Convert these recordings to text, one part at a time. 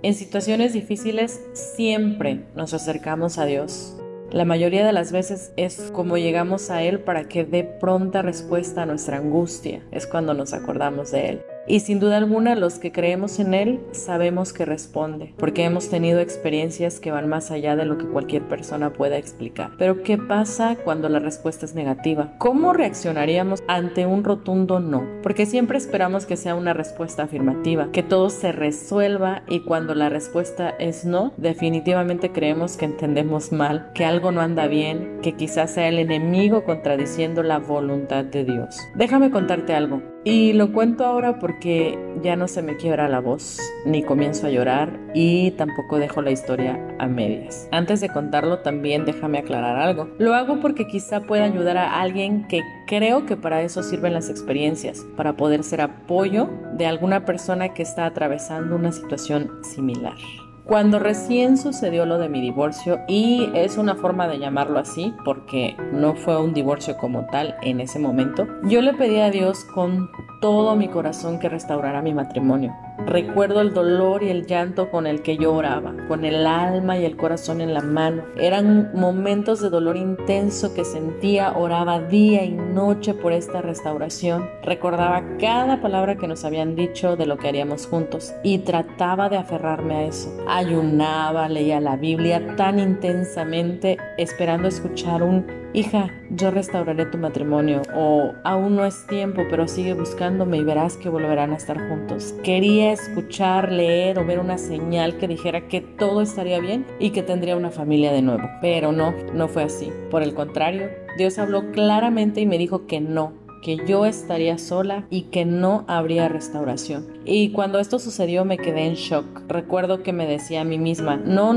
En situaciones difíciles siempre nos acercamos a Dios. La mayoría de las veces es como llegamos a Él para que dé pronta respuesta a nuestra angustia. Es cuando nos acordamos de Él. Y sin duda alguna los que creemos en Él sabemos que responde, porque hemos tenido experiencias que van más allá de lo que cualquier persona pueda explicar. Pero ¿qué pasa cuando la respuesta es negativa? ¿Cómo reaccionaríamos ante un rotundo no? Porque siempre esperamos que sea una respuesta afirmativa, que todo se resuelva, y cuando la respuesta es no, definitivamente creemos que entendemos mal, que algo no anda bien, que quizás sea el enemigo contradiciendo la voluntad de Dios. Déjame contarte algo. Y lo cuento ahora porque ya no se me quiebra la voz, ni comienzo a llorar y tampoco dejo la historia a medias. Antes de contarlo también déjame aclarar algo. Lo hago porque quizá pueda ayudar a alguien que creo que para eso sirven las experiencias, para poder ser apoyo de alguna persona que está atravesando una situación similar. Cuando recién sucedió lo de mi divorcio, y es una forma de llamarlo así porque no fue un divorcio como tal en ese momento, yo le pedí a Dios con todo mi corazón que restaurara mi matrimonio. Recuerdo el dolor y el llanto con el que yo oraba, con el alma y el corazón en la mano. Eran momentos de dolor intenso que sentía, oraba día y noche por esta restauración. Recordaba cada palabra que nos habían dicho de lo que haríamos juntos y trataba de aferrarme a eso. Ayunaba, leía la Biblia tan intensamente, esperando escuchar un hija, yo restauraré tu matrimonio, o aún no es tiempo, pero sigue buscándome y verás que volverán a estar juntos. Quería escuchar, leer o ver una señal que dijera que todo estaría bien y que tendría una familia de nuevo. Pero no fue así. Por el contrario, Dios habló claramente y me dijo que no, que yo estaría sola y que no habría restauración. Y cuando esto sucedió me quedé en shock. Recuerdo que me decía a mí misma,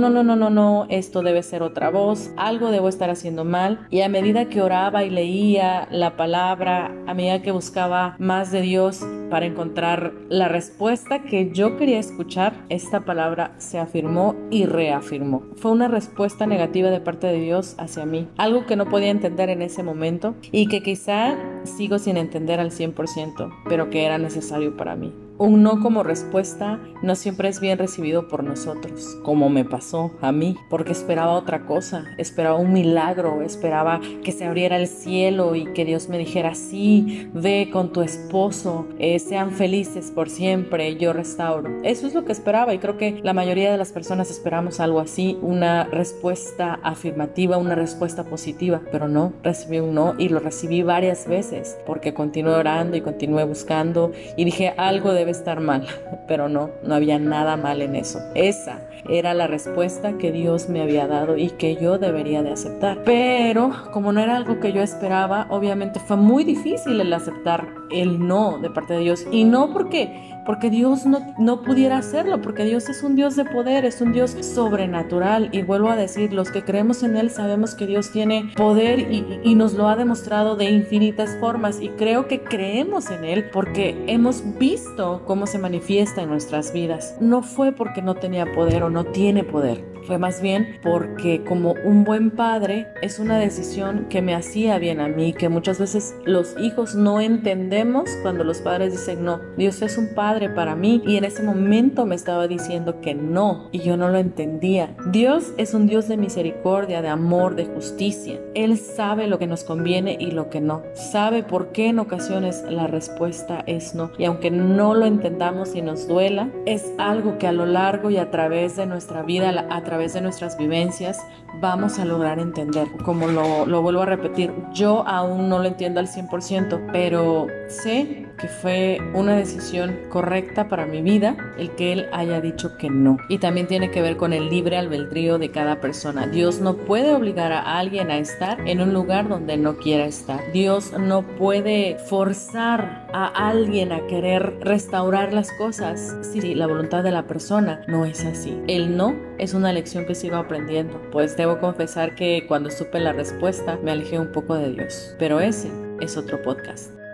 no, esto debe ser otra voz, algo debo estar haciendo mal. Y a medida que oraba y leía la palabra, a medida que buscaba más de Dios para encontrar la respuesta que yo quería escuchar, esta palabra se afirmó y reafirmó. Fue una respuesta negativa de parte de Dios hacia mí, algo que no podía entender en ese momento y que quizá sigo sin entender al 100%, pero que era necesario para mí. Un no como respuesta no siempre es bien recibido por nosotros, como me pasó a mí, porque esperaba otra cosa, esperaba un milagro, esperaba que se abriera el cielo y que Dios me dijera, sí, ve con tu esposo, sean felices por siempre, yo restauro. Eso es lo que esperaba y creo que la mayoría de las personas esperamos algo así, una respuesta afirmativa, una respuesta positiva, pero no, recibí un no y lo recibí varias veces porque continué orando y continué buscando y dije, algo debe estar mal, pero no había nada mal en eso. Esa era la respuesta que Dios me había dado y que yo debería de aceptar. Pero como no era algo que yo esperaba, obviamente fue muy difícil el aceptar el no de parte de Dios. Y no porque Dios no pudiera hacerlo, porque Dios es un Dios de poder, es un Dios sobrenatural. Y vuelvo a decir, los que creemos en Él sabemos que Dios tiene poder y nos lo ha demostrado de infinitas formas. Y creo que creemos en Él porque hemos visto cómo se manifiesta en nuestras vidas. No fue porque no tenía poder o no tiene poder. Fue más bien porque como un buen padre es una decisión que me hacía bien a mí, que muchas veces los hijos no entendemos cuando los padres dicen no. Dios es un padre para mí y en ese momento me estaba diciendo que no y yo no lo entendía. Dios es un Dios de misericordia, de amor, de justicia. Él sabe lo que nos conviene y lo que no. Sabe por qué en ocasiones la respuesta es no. Y aunque no lo entendamos y nos duela, es algo que a lo largo y a través de nuestra vida, a través de nuestras vivencias, vamos a lograr entender. Como lo vuelvo a repetir, yo aún no lo entiendo al 100%, pero sé que fue una decisión correcta para mi vida el que Él haya dicho que no. Y también tiene que ver con el libre albedrío de cada persona. Dios no puede obligar a alguien a estar en un lugar donde no quiera estar. Dios no puede forzar a alguien a querer restaurar las cosas si la voluntad de la persona no es así. El no es una lección que sigo aprendiendo, pues debo confesar que cuando supe la respuesta me alejé un poco de Dios, pero ese es otro podcast.